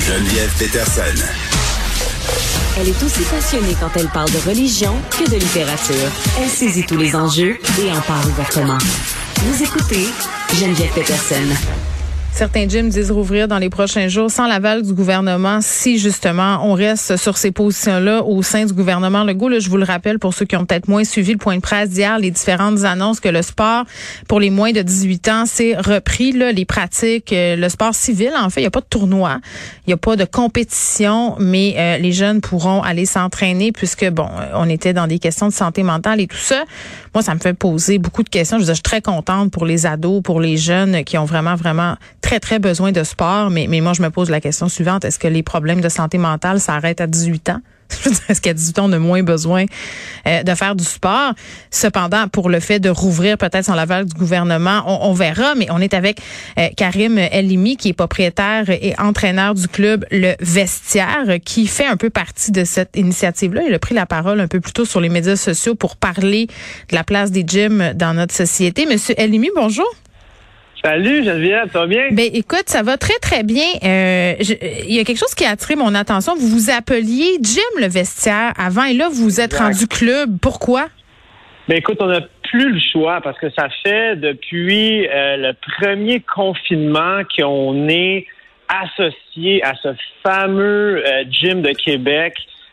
Geneviève Peterson. Elle est aussi passionnée quand elle parle de religion que de littérature. Elle saisit tous les enjeux et en parle ouvertement. Vous écoutez Geneviève Peterson. Certains gyms disent rouvrir dans les prochains jours sans l'aval du gouvernement si, justement, on reste sur ces positions-là au sein du gouvernement Legault. Là, je vous le rappelle, pour ceux qui ont peut-être moins suivi le point de presse d'hier, les différentes annonces que le sport pour les moins de 18 ans s'est repris, là, les pratiques, le sport civil, en fait, il n'y a pas de tournoi, il n'y a pas de compétition, mais les jeunes pourront aller s'entraîner puisque, bon, on était dans des questions de santé mentale et tout ça. Moi, ça me fait poser beaucoup de questions. Je suis très contente pour les ados, pour les jeunes qui ont vraiment très, très besoin de sport. Mais moi, je me pose la question suivante. Est-ce que les problèmes de santé mentale s'arrêtent à 18 ans? Est-ce qu'à 18 ans, on a moins besoin de faire du sport? Cependant, pour le fait de rouvrir peut-être sans l'aval du gouvernement, on verra. Mais on est avec Karim El-Limi, qui est propriétaire et entraîneur du club Le Vestiaire, qui fait un peu partie de cette initiative-là. Il a pris la parole un peu plus tôt sur les médias sociaux pour parler de la place des gyms dans notre société. Monsieur El-Limi, bonjour. Salut Geneviève, ça va bien? Ben écoute, ça va très très bien. Il y a quelque chose qui a attiré mon attention. Vous vous appeliez Gym Le Vestiaire avant et là vous vous êtes rendu club. Pourquoi? Ben écoute, on n'a plus le choix parce que ça fait depuis le premier confinement qu'on est associé à ce fameux gym de Québec.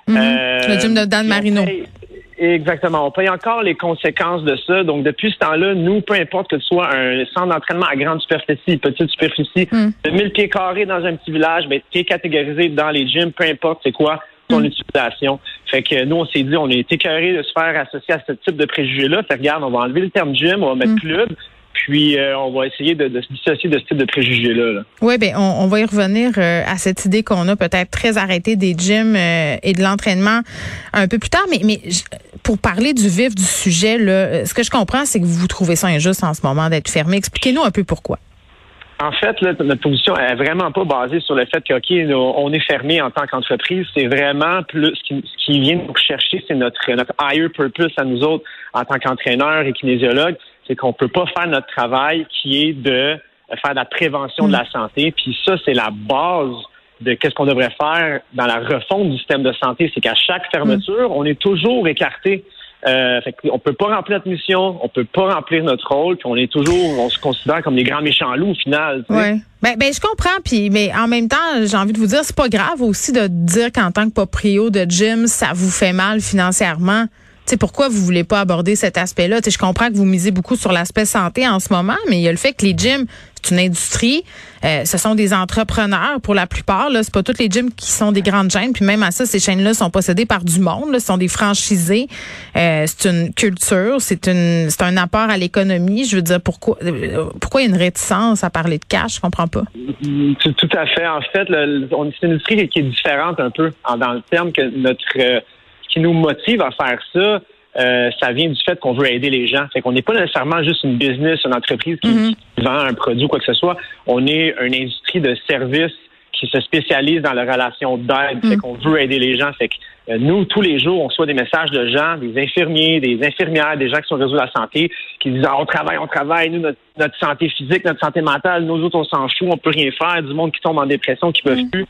Le gym de Dan Marino. Exactement. On paye encore les conséquences de ça. Donc, depuis ce temps-là, nous, peu importe que ce soit un centre d'entraînement à grande superficie, petite superficie, de 1000 pieds carrés dans un petit village, ben, t'es catégorisé dans les gyms, peu importe c'est quoi ton utilisation. Fait que nous, on s'est dit, on est écœurés de se faire associer à ce type de préjugés-là. Fait que regarde, on va enlever le terme gym, on va mettre club. Puis, on va essayer de se dissocier de ce type de préjugés-là. Oui, bien, on va y revenir à cette idée qu'on a peut-être très arrêté des gyms et de l'entraînement un peu plus tard. Mais pour parler du vif du sujet, là, ce que je comprends, c'est que vous trouvez ça injuste en ce moment d'être fermé. Expliquez-nous un peu pourquoi. En fait, là, notre position est vraiment pas basée sur le fait que, on est fermé en tant qu'entreprise. C'est vraiment plus ce qui vient nous chercher, c'est notre higher purpose à nous autres en tant qu'entraîneurs et kinésiologues. C'est qu'on peut pas faire notre travail qui est de faire de la prévention de la santé. Puis ça, c'est la base de qu'est-ce qu'on devrait faire dans la refonte du système de santé. C'est qu'à chaque fermeture, on est toujours écarté. Fait qu'on peut pas remplir notre mission, on peut pas remplir notre rôle, puis on se considère comme des grands méchants loups au final. Oui. Ben je comprends, mais en même temps, j'ai envie de vous dire, c'est pas grave aussi de dire qu'en tant que proprio de gym, ça vous fait mal financièrement. T'sais, pourquoi vous voulez pas aborder cet aspect-là? Je comprends que vous misez beaucoup sur l'aspect santé en ce moment, mais il y a le fait que les gyms, c'est une industrie. Ce sont des entrepreneurs pour la plupart. Là, c'est pas toutes les gyms qui sont des grandes chaînes. Puis même à ça, ces chaînes-là sont possédées par du monde. Là, ce sont des franchisés. C'est une culture. C'est un apport à l'économie. Je veux dire, pourquoi il y a une réticence à parler de cash? Je comprends pas. Tout à fait. En fait, c'est une industrie qui est différente un peu dans le terme que ce qui nous motive à faire ça, ça vient du fait qu'on veut aider les gens. Fait qu'on n'est pas nécessairement juste une business, une entreprise qui vend un produit ou quoi que ce soit. On est une industrie de services qui se spécialise dans la relation d'aide. Fait qu'on veut aider les gens. Fait que nous, tous les jours, on reçoit des messages de gens, des infirmiers, des infirmières, des gens qui sont au réseau de la santé, qui disent on travaille, nous, notre santé physique, notre santé mentale, nous autres, on s'en fout, on peut rien faire, du monde qui tombe en dépression, qui peuvent plus.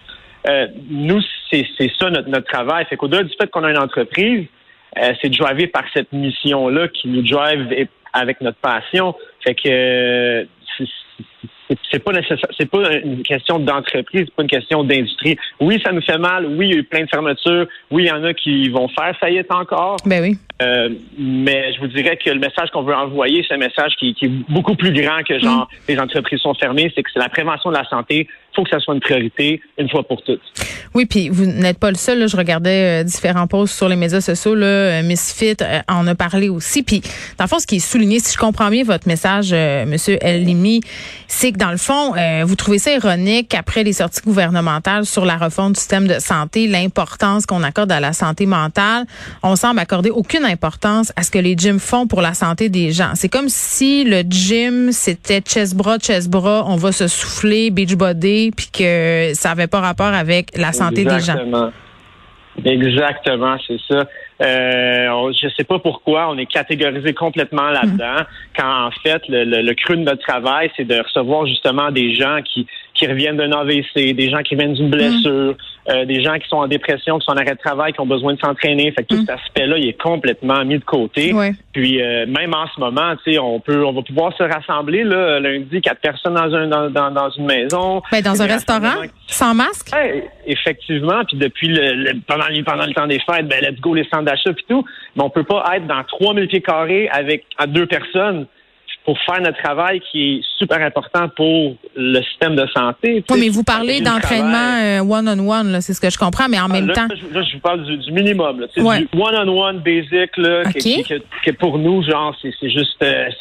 Nous, c'est ça notre travail. Fait qu'au-delà du fait qu'on a une entreprise, c'est de driver par cette mission-là qui nous drive avec notre passion. Fait que c'est pas nécessaire, c'est pas une question d'entreprise, c'est pas une question d'industrie. Oui, ça nous fait mal. Oui, il y a eu plein de fermetures. Oui, il y en a qui vont faire faillite encore. Ben oui. Mais je vous dirais que le message qu'on veut envoyer, c'est un message qui est beaucoup plus grand que genre les entreprises sont fermées. C'est que c'est la prévention de la santé. Il faut que ça soit une priorité une fois pour toutes. Oui, puis vous n'êtes pas le seul. Là. Je regardais différents posts sur les médias sociaux. Là, Misfit en a parlé aussi. Puis, dans le fond, ce qui est souligné, si je comprends bien votre message, Monsieur El-Limi, c'est que dans le fond, vous trouvez ça ironique qu'après les sorties gouvernementales sur la refonte du système de santé, l'importance qu'on accorde à la santé mentale, on semble accorder aucune importance à ce que les gyms font pour la santé des gens. C'est comme si le gym, c'était chest-bras, on va se souffler, beach body, puis que ça avait pas rapport avec la santé des gens. Exactement, c'est ça. Je sais pas pourquoi on est catégorisé complètement là-dedans, quand en fait le creux de notre travail, c'est de recevoir justement des gens qui qui reviennent d'un AVC, des gens qui reviennent d'une blessure, des gens qui sont en dépression, qui sont en arrêt de travail, qui ont besoin de s'entraîner. Fait que tout cet aspect-là, il est complètement mis de côté. Ouais. Puis même en ce moment, tu sais, on va pouvoir se rassembler là, lundi, 4 personnes dans une maison. Ben, dans un restaurant, sans masque? Ouais, effectivement. Puis depuis pendant le temps des fêtes, ben let's go les centres d'achat puis tout. Mais on peut pas être dans 3000 pieds carrés avec 2 personnes pour faire notre travail qui est super important pour le système de santé. Oui, mais vous parlez d'entraînement one-on-one, là, c'est ce que je comprends, mais en même temps... Là, je vous parle du minimum, là, ouais. Du one-on-one basic, là, okay. que pour nous, genre, c'est juste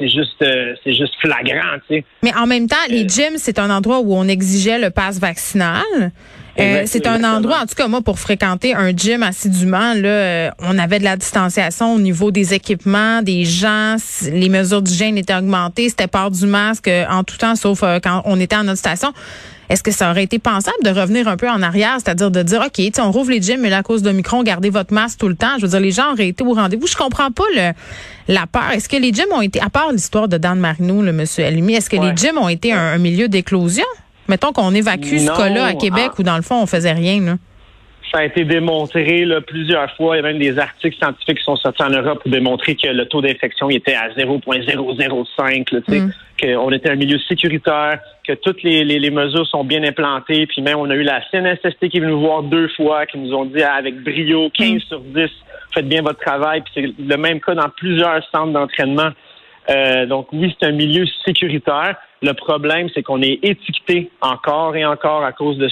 flagrant, tu sais. Mais en même temps, les gyms, c'est un endroit où on exigeait le pass vaccinal. C'est un endroit, en tout cas, moi, pour fréquenter un gym assidûment, là, on avait de la distanciation au niveau des équipements, des gens, les mesures d'hygiène étaient augmentées, c'était port du masque en tout temps, sauf quand on était en notre station. Est-ce que ça aurait été pensable de revenir un peu en arrière, c'est-à-dire de dire, OK, on rouvre les gyms, mais là, à cause d'Omicron, gardez votre masque tout le temps. Je veux dire, les gens auraient été au rendez-vous. Je comprends pas la peur. Est-ce que les gyms ont été, à part l'histoire de Dan Marino, le monsieur Halimi, est-ce que les gyms ont été un milieu d'éclosion? Mettons qu'on évacue ce cas-là à Québec où, dans le fond, on faisait rien, là. Ça a été démontré là, plusieurs fois. Il y a même des articles scientifiques qui sont sortis en Europe pour démontrer que le taux d'infection était à 0,005. Qu'on était un milieu sécuritaire, que toutes les mesures sont bien implantées. Puis même, on a eu la CNSST qui est venue nous voir 2 fois, qui nous ont dit avec brio, 15 sur 10, faites bien votre travail. Puis c'est le même cas dans plusieurs centres d'entraînement. Donc oui, c'est un milieu sécuritaire. Le problème, c'est qu'on est étiqueté encore et encore à cause de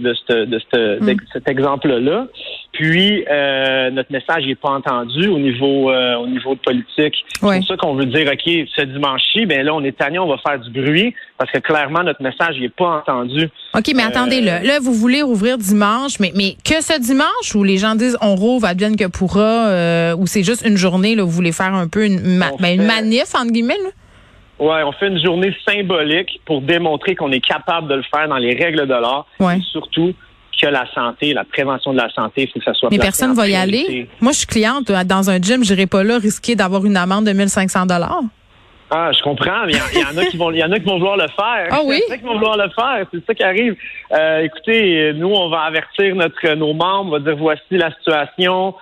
cet exemple-là. Puis notre message n'est pas entendu au niveau de politique. Ouais. C'est pour ça qu'on veut dire, OK, ce dimanche-ci, ben là, on est tanné, on va faire du bruit, parce que clairement, notre message n'est pas entendu. OK, mais attendez, là, vous voulez rouvrir dimanche, mais que ce dimanche où les gens disent on rouvre, advienne que pourra, ou c'est juste une journée, là, vous voulez faire un peu une manif, entre guillemets, là? Ouais, on fait une journée symbolique pour démontrer qu'on est capable de le faire dans les règles de l'art. Ouais. Et surtout que la santé, la prévention de la santé, il faut que ça soit. Mais personne ne va y aller. Moi, je suis cliente dans un gym, je n'irai pas là risquer d'avoir une amende de 1 500 $. Ah, je comprends, mais il y en a qui vont vouloir le faire. Ah oui? Il y en a qui vont vouloir le faire, c'est ça qui arrive. Écoutez, nous, on va avertir nos membres, on va dire voici la situation.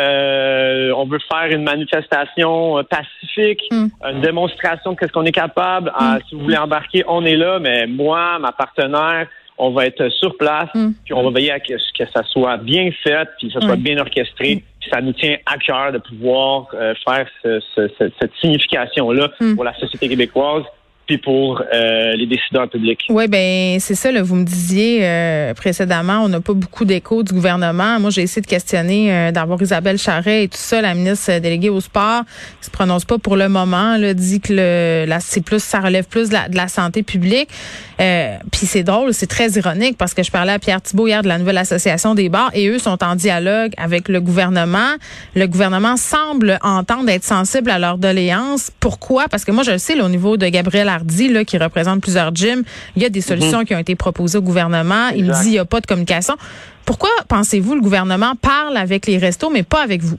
On veut faire une manifestation pacifique, une démonstration de qu'est-ce qu'on est capable. Si vous voulez embarquer, on est là, mais moi, ma partenaire, on va être sur place, puis on va veiller à ce que ça soit bien fait, puis que ça soit bien orchestré. Puis ça nous tient à cœur de pouvoir faire cette signification-là pour la société québécoise. Puis pour les décideurs publics. Oui, ben c'est ça, là, vous me disiez précédemment, on n'a pas beaucoup d'écho du gouvernement. Moi, j'ai essayé de questionner, d'avoir Isabelle Charret et tout ça, la ministre déléguée au sport, qui se prononce pas pour le moment, là, dit que ça relève plus de la santé publique. Puis c'est drôle, c'est très ironique parce que je parlais à Pierre Thibault hier de la nouvelle association des bars et eux sont en dialogue avec le gouvernement. Le gouvernement semble entendre être sensible à leurs doléances. Pourquoi? Parce que moi, je le sais, là, au niveau de Gabriel Hardy, là, qui représente plusieurs gyms, il y a des solutions qui ont été proposées au gouvernement. Exact. Il me dit il n'y a pas de communication. Pourquoi pensez-vous le gouvernement parle avec les restos, mais pas avec vous?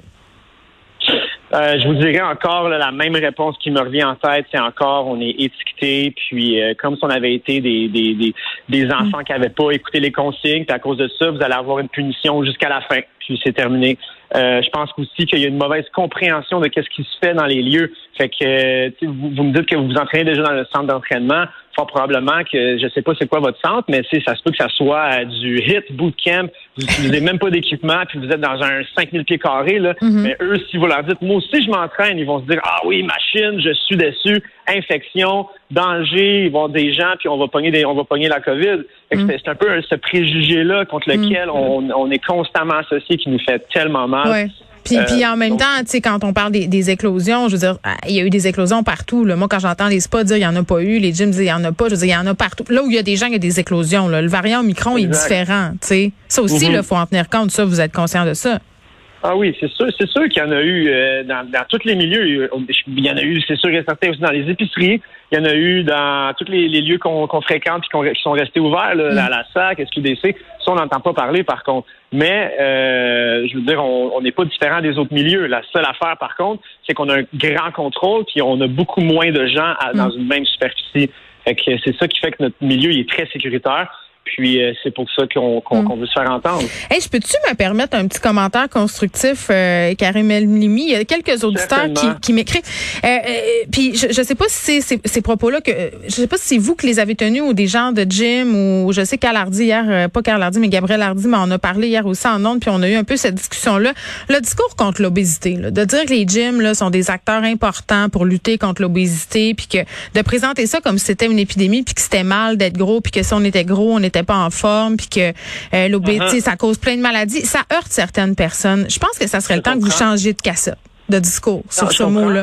Je vous dirais encore là, la même réponse qui me revient en tête, c'est encore on est étiqueté, puis comme si on avait été des enfants qui n'avaient pas écouté les consignes, puis à cause de ça, vous allez avoir une punition jusqu'à la fin, puis c'est terminé. Je pense aussi qu'il y a une mauvaise compréhension de qu'est-ce qui se fait dans les lieux. Fait que vous me dites que vous vous entraînez déjà dans le centre d'entraînement. Fort probablement que je sais pas c'est quoi votre centre, mais ça se peut que ça soit du HIIT bootcamp. Vous n'utilisez même pas d'équipement, puis vous êtes dans un 5000 pieds carrés là. Mais eux, si vous leur dites moi aussi je m'entraîne, ils vont se dire ah oui machine, je suis déçu, infection, danger, ils vont des gens puis on va pogner la COVID. C'est un peu ce préjugé là contre lequel on est constamment associé qui nous fait tellement mal. Ouais. Puis en même temps, tu sais, quand on parle des éclosions, je veux dire, il y a eu des éclosions partout. Là. Moi, quand j'entends les spas dire il y en a pas eu, les gyms disent il y en a pas, je veux dire, il y en a partout. Là où il y a des gens, il y a des éclosions. Là. Le variant Omicron est différent, tu sais. Ça aussi, il faut en tenir compte. Ça, vous êtes conscient de ça? Ah oui, c'est sûr qu'il y en a eu dans tous les milieux. Il y en a eu, c'est sûr et certain aussi dans les épiceries. Il y en a eu dans tous les lieux qu'on fréquente et qui sont restés ouverts, là, la SAC, SQDC. Ça, on n'entend pas parler, par contre. Mais, je veux dire, on n'est pas différent des autres milieux. La seule affaire, par contre, c'est qu'on a un grand contrôle puis on a beaucoup moins de gens dans une même superficie. Fait que c'est ça qui fait que notre milieu il est très sécuritaire. Puis c'est pour ça qu'on veut se faire entendre. Hey, peux-tu me permettre un petit commentaire constructif, Karim El-Mlimi? Il y a quelques auditeurs qui m'écrivent. Puis je sais pas si c'est ces propos-là que je sais pas si c'est vous qui les avez tenus ou des gens de gym ou je sais Karl Hardy hier, pas Karl Hardy mais Gabriel Hardy m'en a parlé hier aussi en ondes, puis on a eu un peu cette discussion-là. Le discours contre l'obésité, là, de dire que les gyms là sont des acteurs importants pour lutter contre l'obésité, puis que de présenter ça comme si c'était une épidémie, puis que c'était mal d'être gros, puis que si on était gros, on n'était pas en forme, puis que l'obésité, ça cause plein de maladies. Ça heurte certaines personnes. Je pense que ça serait le temps que vous changiez de cassette, de discours sur ce mot-là.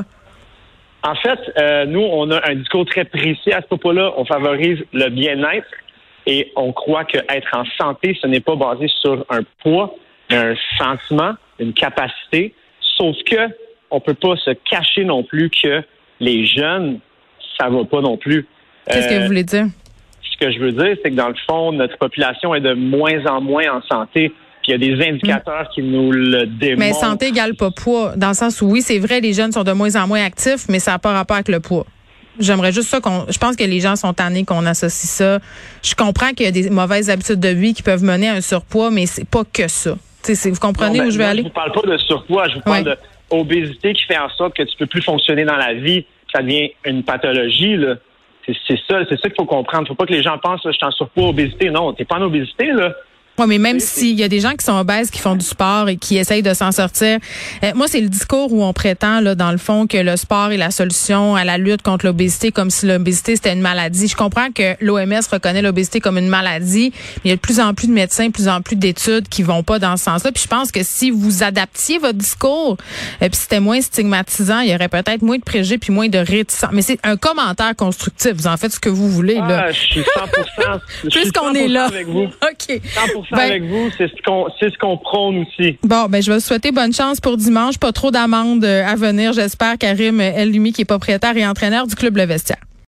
En fait, nous, on a un discours très précis à ce propos-là. On favorise le bien-être et on croit qu'être en santé, ce n'est pas basé sur un poids, mais un sentiment, une capacité. Sauf que on peut pas se cacher non plus que les jeunes, ça va pas non plus. Qu'est-ce que vous voulez dire? Ce que je veux dire, c'est que dans le fond, notre population est de moins en moins en santé. Puis il y a des indicateurs qui nous le démontrent. Mais santé égale pas poids, dans le sens où oui, c'est vrai, les jeunes sont de moins en moins actifs, mais ça n'a pas rapport avec le poids. J'aimerais juste ça je pense que les gens sont tannés qu'on associe ça. Je comprends qu'il y a des mauvaises habitudes de vie qui peuvent mener à un surpoids, mais c'est pas que ça. Vous comprenez où je vais aller? Je vous parle pas de surpoids, je vous parle d'obésité qui fait en sorte que tu peux plus fonctionner dans la vie. Ça devient une pathologie, là. C'est ça qu'il faut comprendre. Faut pas que les gens pensent je suis en surpoids, obésité. Non, t'es pas en obésité, là. Oui, mais même s'il y a des gens qui sont obèses, qui font du sport et qui essayent de s'en sortir, moi, c'est le discours où on prétend, là, dans le fond, que le sport est la solution à la lutte contre l'obésité, comme si l'obésité, c'était une maladie. Je comprends que l'OMS reconnaît l'obésité comme une maladie, mais il y a de plus en plus de médecins, de plus en plus d'études qui vont pas dans ce sens-là. Puis je pense que si vous adaptiez votre discours, puis c'était moins stigmatisant, il y aurait peut-être moins de préjugés puis moins de réticence. Mais c'est un commentaire constructif. Vous en faites ce que vous voulez, là. Je suis 100%. Puisqu'on est là. Avec vous. OK. 100% avec vous, c'est ce qu'on prône aussi. Bon, je vais vous souhaiter bonne chance pour dimanche. Pas trop d'amendes à venir, j'espère. Karim El-Mlimi, qui est propriétaire et entraîneur du Club Le Vestiaire.